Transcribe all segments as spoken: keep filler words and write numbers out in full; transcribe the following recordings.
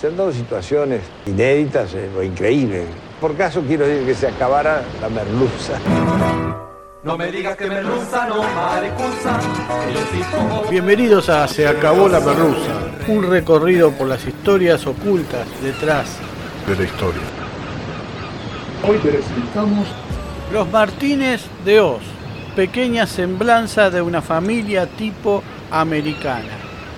Se han dado situaciones inéditas eh, o increíbles. Por caso quiero decir que se acabara la merluza. No me digas que merluza, no maricuza. Bienvenidos a Se acabó la merluza, un recorrido por las historias ocultas detrás de la historia. Hoy presentamos Los Martínez de Oz, pequeña semblanza de una familia tipo americana.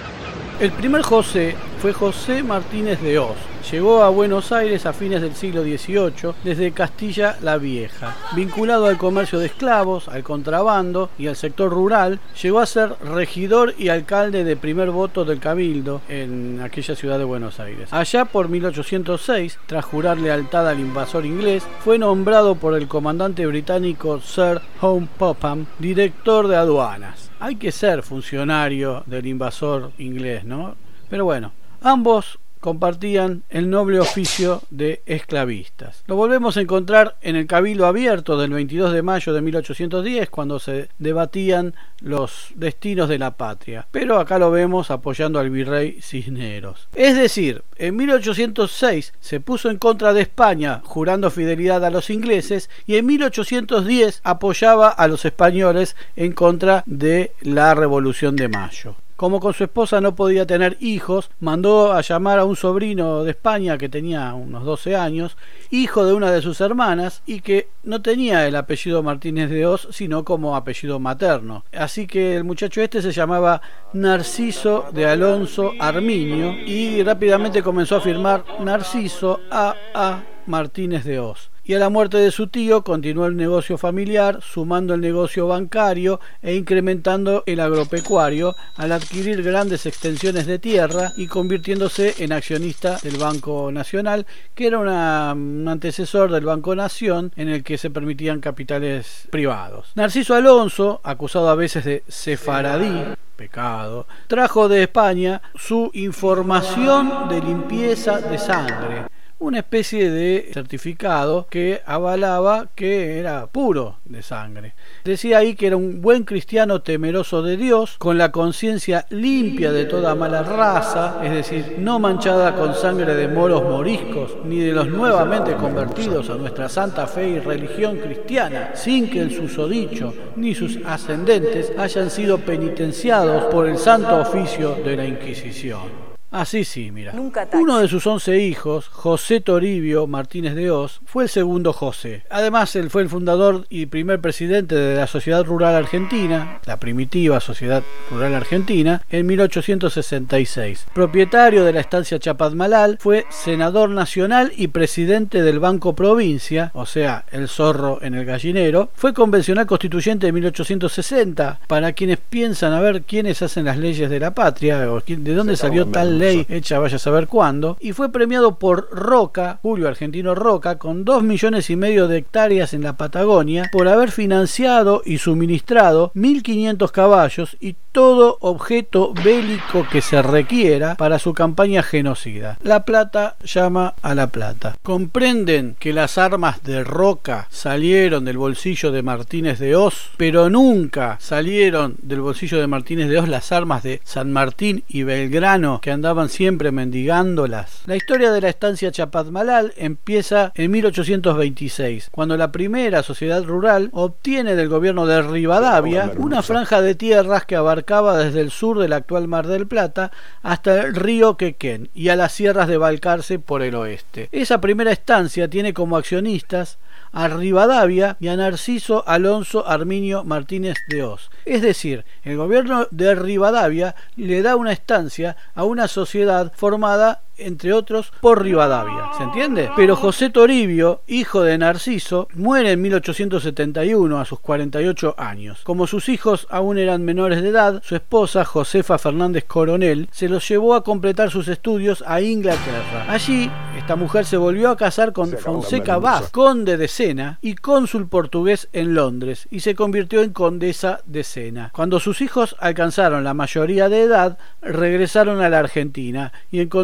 El primer José fue José Martínez de Oz. Llegó a Buenos Aires a fines del siglo dieciocho desde Castilla la Vieja. Vinculado al comercio de esclavos, al contrabando y al sector rural, llegó a ser regidor y alcalde de primer voto del Cabildo en aquella ciudad de Buenos Aires. Allá por mil ochocientos seis, tras jurar lealtad al invasor inglés, fue nombrado por el comandante británico Sir John Popham director de aduanas. Hay que ser funcionario del invasor inglés, ¿no? Pero bueno, ambos compartían el noble oficio de esclavistas. Lo volvemos a encontrar en el Cabildo Abierto del veintidós de mayo de mil ochocientos diez, cuando se debatían los destinos de la patria, pero acá lo vemos apoyando al virrey Cisneros. Es decir, en mil ochocientos seis se puso en contra de España jurando fidelidad a los ingleses, y en mil ochocientos diez apoyaba a los españoles en contra de la Revolución de Mayo. Como con su esposa no podía tener hijos, mandó a llamar a un sobrino de España que tenía unos doce años, hijo de una de sus hermanas, y que no tenía el apellido Martínez de Oz, sino como apellido materno. Así que el muchacho este se llamaba Narciso de Alonso Arminio, y rápidamente comenzó a firmar Narciso A A Martínez de Oz. Y a la muerte de su tío continuó el negocio familiar, sumando el negocio bancario e incrementando el agropecuario al adquirir grandes extensiones de tierra y convirtiéndose en accionista del Banco Nacional, que era una, un antecesor del Banco Nación en el que se permitían capitales privados. Narciso Alonso, acusado a veces de sefaradí, pecado, trajo de España su información de limpieza de sangre, una especie de certificado que avalaba que era puro de sangre. Decía ahí que era un buen cristiano temeroso de Dios, con la conciencia limpia de toda mala raza, es decir, no manchada con sangre de moros moriscos, ni de los nuevamente convertidos a nuestra santa fe y religión cristiana, sin que el susodicho ni sus ascendentes hayan sido penitenciados por el santo oficio de la Inquisición. Así sí, mira. Uno de sus once hijos, José Toribio Martínez de Oz, fue el segundo José. Además, él fue el fundador y primer presidente de la Sociedad Rural Argentina, la primitiva Sociedad Rural Argentina, en mil ochocientos sesenta y seis. Propietario de la estancia Chapadmalal, fue senador nacional y presidente del Banco Provincia, o sea, el zorro en el gallinero. Fue convencional constituyente de mil ochocientos sesenta. Para quienes piensan a ver quiénes hacen las leyes de la patria, o de dónde salió tal ley hecha vaya a saber cuándo, y fue premiado por Roca, Julio Argentino Roca, con dos millones y medio de hectáreas en la Patagonia, por haber financiado y suministrado mil quinientos caballos y todo objeto bélico que se requiera para su campaña genocida. La plata llama a la plata. Comprenden que las armas de Roca salieron del bolsillo de Martínez de Oz, pero nunca salieron del bolsillo de Martínez de Oz las armas de San Martín y Belgrano, que andaban siempre mendigándolas. La historia de la estancia Chapadmalal empieza en mil ochocientos veintiséis, cuando la primera sociedad rural obtiene del gobierno de Rivadavia una franja de tierras que abarcaba desde el sur del actual Mar del Plata hasta el río Quequén y a las sierras de Balcarce por el oeste. Esa primera estancia tiene como accionistas a Rivadavia y a Narciso Alonso Arminio Martínez de Oz. Es decir, el gobierno de Rivadavia le da una estancia a una sociedad formada, entre otros, por Rivadavia. ¿Se entiende? Pero José Toribio, hijo de Narciso, muere en mil ochocientos setenta y uno a sus cuarenta y ocho años. Como sus hijos aún eran menores de edad, su esposa, Josefa Fernández Coronel, se los llevó a completar sus estudios a Inglaterra. Allí, esta mujer se volvió a casar con Fonseca Vaz, conde de Sena y cónsul portugués en Londres, y se convirtió en condesa de Sena. Cuando sus hijos alcanzaron la mayoría de edad, regresaron a la Argentina y encontraron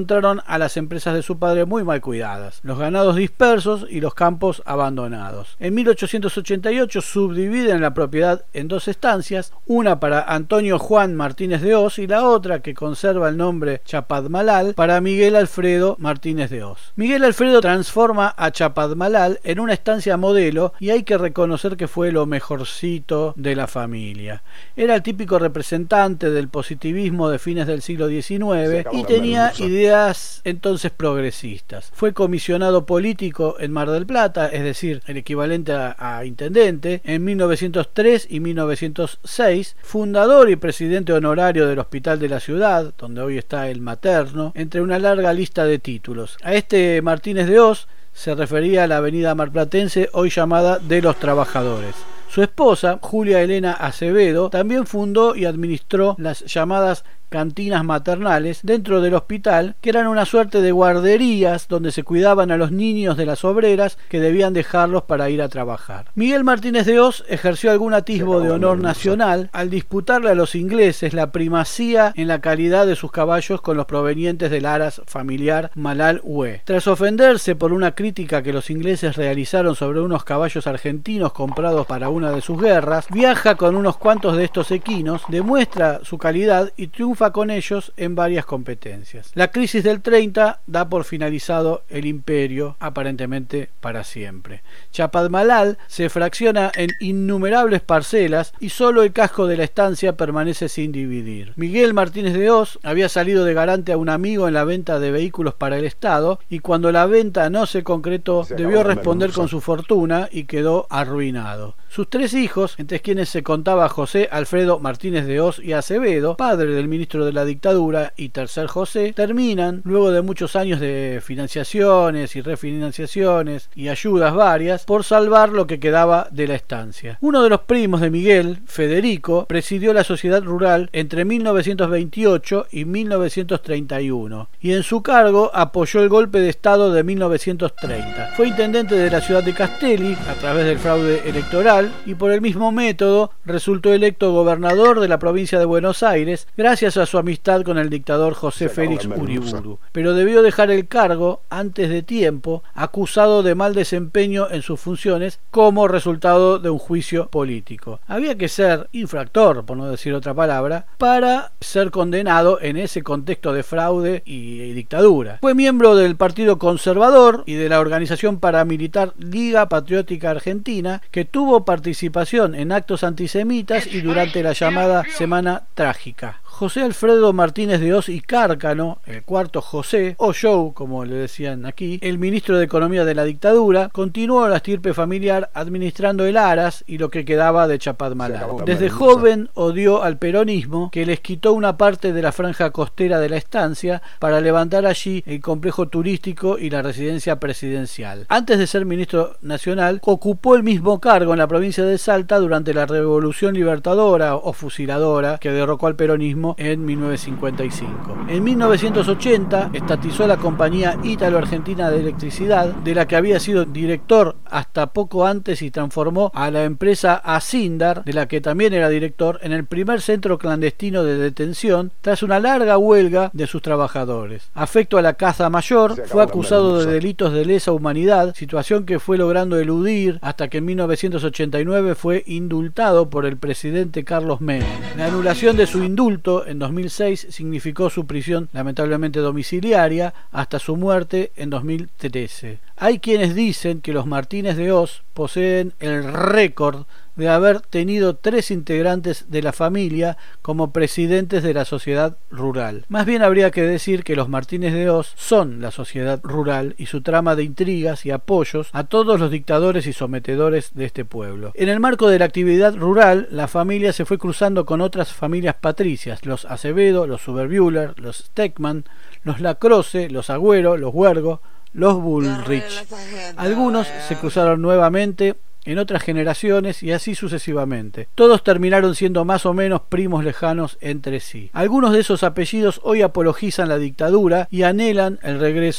a las empresas de su padre muy mal cuidadas, los ganados dispersos y los campos abandonados. En mil ochocientos ochenta y ocho subdividen la propiedad en dos estancias, una para Antonio Juan Martínez de Oz y la otra, que conserva el nombre Chapadmalal, para Miguel Alfredo Martínez de Oz. Miguel Alfredo transforma a Chapadmalal en una estancia modelo y hay que reconocer que fue lo mejorcito de la familia. Era el típico representante del positivismo de fines del siglo diecinueve y tenía ideas entonces progresistas. Fue comisionado político en Mar del Plata, es decir, el equivalente a, a intendente, en mil novecientos tres y mil novecientos seis, fundador y presidente honorario del Hospital de la Ciudad, donde hoy está el Materno, entre una larga lista de títulos. A este Martínez de Oz se refería a la avenida marplatense hoy llamada de los Trabajadores. Su esposa, Julia Elena Acevedo, también fundó y administró las llamadas cantinas maternales dentro del hospital, que eran una suerte de guarderías donde se cuidaban a los niños de las obreras que debían dejarlos para ir a trabajar. Miguel Martínez de Oz ejerció algún atisbo de honor nacional al disputarle a los ingleses la primacía en la calidad de sus caballos con los provenientes del aras familiar Malal Hue. Tras ofenderse por una crítica que los ingleses realizaron sobre unos caballos argentinos comprados para una de sus guerras, viaja con unos cuantos de estos equinos, demuestra su calidad y triunfa con ellos en varias competencias. La crisis del treinta da por finalizado el imperio, aparentemente para siempre. Chapadmalal se fracciona en innumerables parcelas y solo el casco de la estancia permanece sin dividir. Miguel Martínez de Oz había salido de garante a un amigo en la venta de vehículos para el Estado y cuando la venta no se concretó, se debió responder con su fortuna y quedó arruinado. Sus tres hijos, entre quienes se contaba José Alfredo Martínez de Oz y Acevedo, padre del ministro de la dictadura y tercer José, terminan, luego de muchos años de financiaciones y refinanciaciones y ayudas varias, por salvar lo que quedaba de la estancia. Uno de los primos de Miguel, Federico, presidió la sociedad rural entre mil novecientos veintiocho y mil novecientos treinta y uno y en su cargo apoyó el golpe de Estado de mil novecientos treinta. Fue intendente de la ciudad de Castelli a través del fraude electoral y por el mismo método resultó electo gobernador de la provincia de Buenos Aires gracias a su amistad con el dictador José Félix Uriburu, pero debió dejar el cargo antes de tiempo, acusado de mal desempeño en sus funciones como resultado de un juicio político. Había que ser infractor, por no decir otra palabra, para ser condenado en ese contexto de fraude y, y dictadura. Fue miembro del Partido Conservador y de la organización paramilitar Liga Patriótica Argentina, que tuvo participación en actos antisemitas y durante la llamada Semana Trágica. José Alfredo Martínez de Oz y Cárcano, el cuarto José, o Joe, como le decían aquí, el ministro de Economía de la dictadura, continuó la estirpe familiar administrando el Aras y lo que quedaba de Chapadmalal. Desde joven odió al peronismo, que les quitó una parte de la franja costera de la estancia para levantar allí el complejo turístico y la residencia presidencial. Antes de ser ministro nacional, ocupó el mismo cargo en la provincia de Salta durante la Revolución Libertadora o Fusiladora que derrocó al peronismo en mil novecientos cincuenta y cinco. En mil novecientos ochenta estatizó la compañía Ítalo-Argentina de Electricidad, de la que había sido director hasta poco antes y transformó a la empresa Asindar, de la que también era director, en el primer centro clandestino de detención tras una larga huelga de sus trabajadores. Afecto a la caza mayor, fue acusado de delitos de lesa humanidad, situación que fue logrando eludir hasta que en mil novecientos ochenta y nueve fue indultado por el presidente Carlos Menem. La anulación de su indulto en dos mil seis significó su prisión lamentablemente domiciliaria hasta su muerte en dos mil trece. Hay quienes dicen que los Martínez de Oz poseen el récord de haber tenido tres integrantes de la familia como presidentes de la sociedad rural. Más bien habría que decir que los Martínez de Oz son la sociedad rural y su trama de intrigas y apoyos a todos los dictadores y sometedores de este pueblo. En el marco de la actividad rural, la familia se fue cruzando con otras familias patricias, los Acevedo, los Suberbuehler, los Steckman, los Lacroze, los Agüero, los Huergo, los Bullrich. Algunos se cruzaron nuevamente en otras generaciones y así sucesivamente. Todos terminaron siendo más o menos primos lejanos entre sí. Algunos de esos apellidos hoy apologizan la dictadura y anhelan el regreso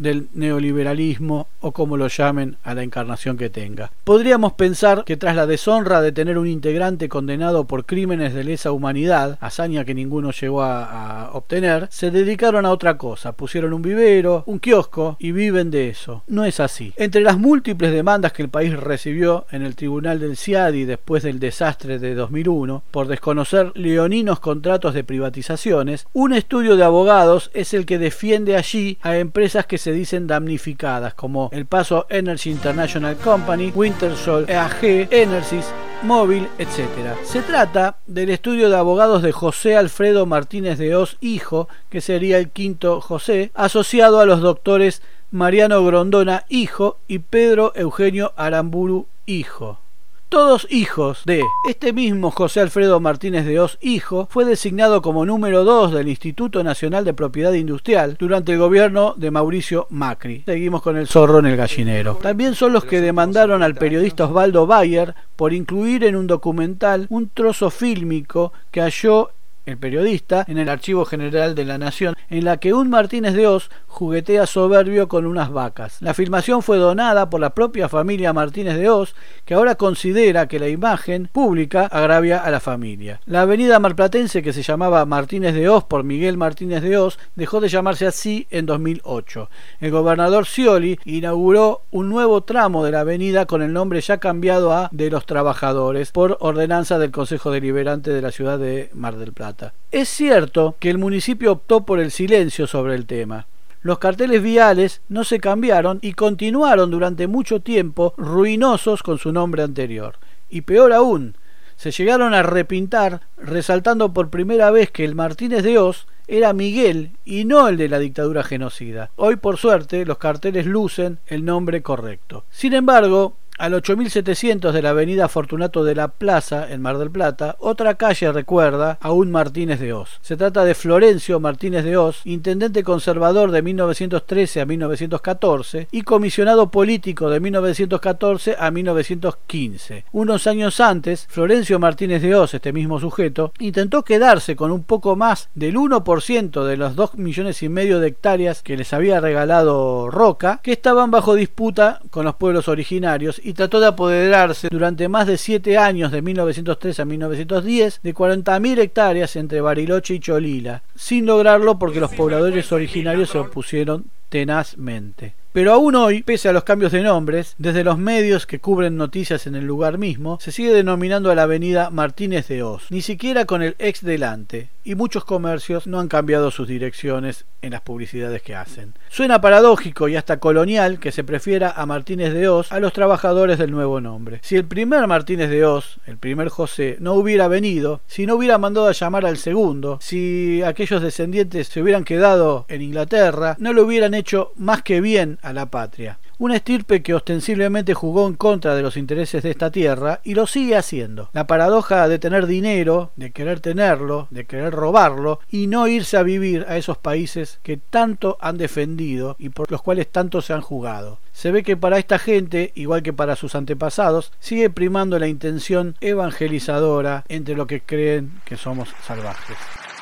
del neoliberalismo o como lo llamen a la encarnación que tenga. Podríamos pensar que tras la deshonra de tener un integrante condenado por crímenes de lesa humanidad, hazaña que ninguno llegó a, a obtener, se dedicaron a otra cosa, pusieron un vivero, un kiosco y viven de eso. No es así. Entre las múltiples demandas que el país recibió en el tribunal del Ciadi después del desastre de dos mil uno por desconocer leoninos contratos de privatizaciones, un estudio de abogados es el que defiende allí a empresas que se dicen damnificadas, como El Paso Energy International Company, Wintershall E A G, Enersys, Móvil, etcétera. Se trata del estudio de abogados de José Alfredo Martínez de Hoz, hijo, que sería el quinto José, asociado a los doctores Mariano Grondona, hijo, y Pedro Eugenio Aramburu, hijo. Todos hijos de este mismo José Alfredo Martínez de Hoz, hijo, fue designado como número dos del Instituto Nacional de Propiedad Industrial durante el gobierno de Mauricio Macri. Seguimos con el zorro en el gallinero. También son los que demandaron al periodista Osvaldo Bayer por incluir en un documental un trozo fílmico que halló el periodista en el Archivo General de la Nación, en la que un Martínez de Hoz juguetea soberbio con unas vacas. La filmación fue donada por la propia familia Martínez de Hoz, que ahora considera que la imagen pública agravia a la familia. La avenida marplatense, que se llamaba Martínez de Hoz por Miguel Martínez de Hoz, dejó de llamarse así en dos mil ocho. El gobernador Scioli inauguró un nuevo tramo de la avenida con el nombre ya cambiado a de los Trabajadores por ordenanza del Consejo Deliberante de la ciudad de Mar del Plata. Es cierto que el municipio optó por el silencio sobre el tema. Los carteles viales no se cambiaron y continuaron durante mucho tiempo ruinosos con su nombre anterior. Y peor aún, se llegaron a repintar resaltando por primera vez que el Martínez de Hoz era Miguel y no el de la dictadura genocida. Hoy, por suerte, los carteles lucen el nombre correcto. Sin embargo, al ocho mil setecientos de la avenida Fortunato de la Plaza, en Mar del Plata, otra calle recuerda a un Martínez de Hoz. Se trata de Florencio Martínez de Hoz, intendente conservador de mil novecientos trece a mil novecientos catorce y comisionado político de mil novecientos catorce a mil novecientos quince. Unos años antes, Florencio Martínez de Hoz, este mismo sujeto, intentó quedarse con un poco más del uno por ciento de los dos millones y medio de hectáreas que les había regalado Roca, que estaban bajo disputa con los pueblos originarios, y trató de apoderarse durante más de siete años, de mil novecientos tres a mil novecientos diez, de cuarenta mil hectáreas entre Bariloche y Cholila, sin lograrlo porque los pobladores originarios se opusieron tenazmente. Pero aún hoy, pese a los cambios de nombres, desde los medios que cubren noticias en el lugar mismo, se sigue denominando a la avenida Martínez de Hoz, ni siquiera con el ex delante, y muchos comercios no han cambiado sus direcciones en las publicidades que hacen. Suena paradójico y hasta colonial que se prefiera a Martínez de Hoz a los trabajadores del nuevo nombre. Si el primer Martínez de Hoz, el primer José, no hubiera venido, si no hubiera mandado a llamar al segundo, si aquellos descendientes se hubieran quedado en Inglaterra, no lo hubieran hecho más que bien a la patria. Una estirpe que ostensiblemente jugó en contra de los intereses de esta tierra y lo sigue haciendo. La paradoja de tener dinero, de querer tenerlo, de querer robarlo y no irse a vivir a esos países que tanto han defendido y por los cuales tanto se han jugado. Se ve que para esta gente, igual que para sus antepasados, sigue primando la intención evangelizadora entre lo que creen que somos salvajes.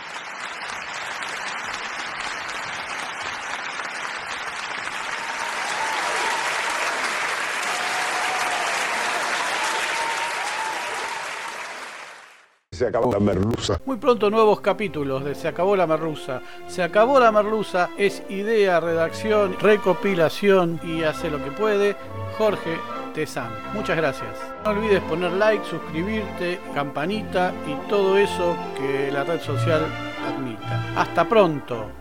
Se acabó la merluza. Muy pronto nuevos capítulos de Se acabó la merluza. Se acabó la merluza es idea, redacción, recopilación y hace lo que puede Jorge Tezán. Muchas gracias. No olvides poner like, suscribirte, campanita y todo eso que la red social admita. Hasta pronto.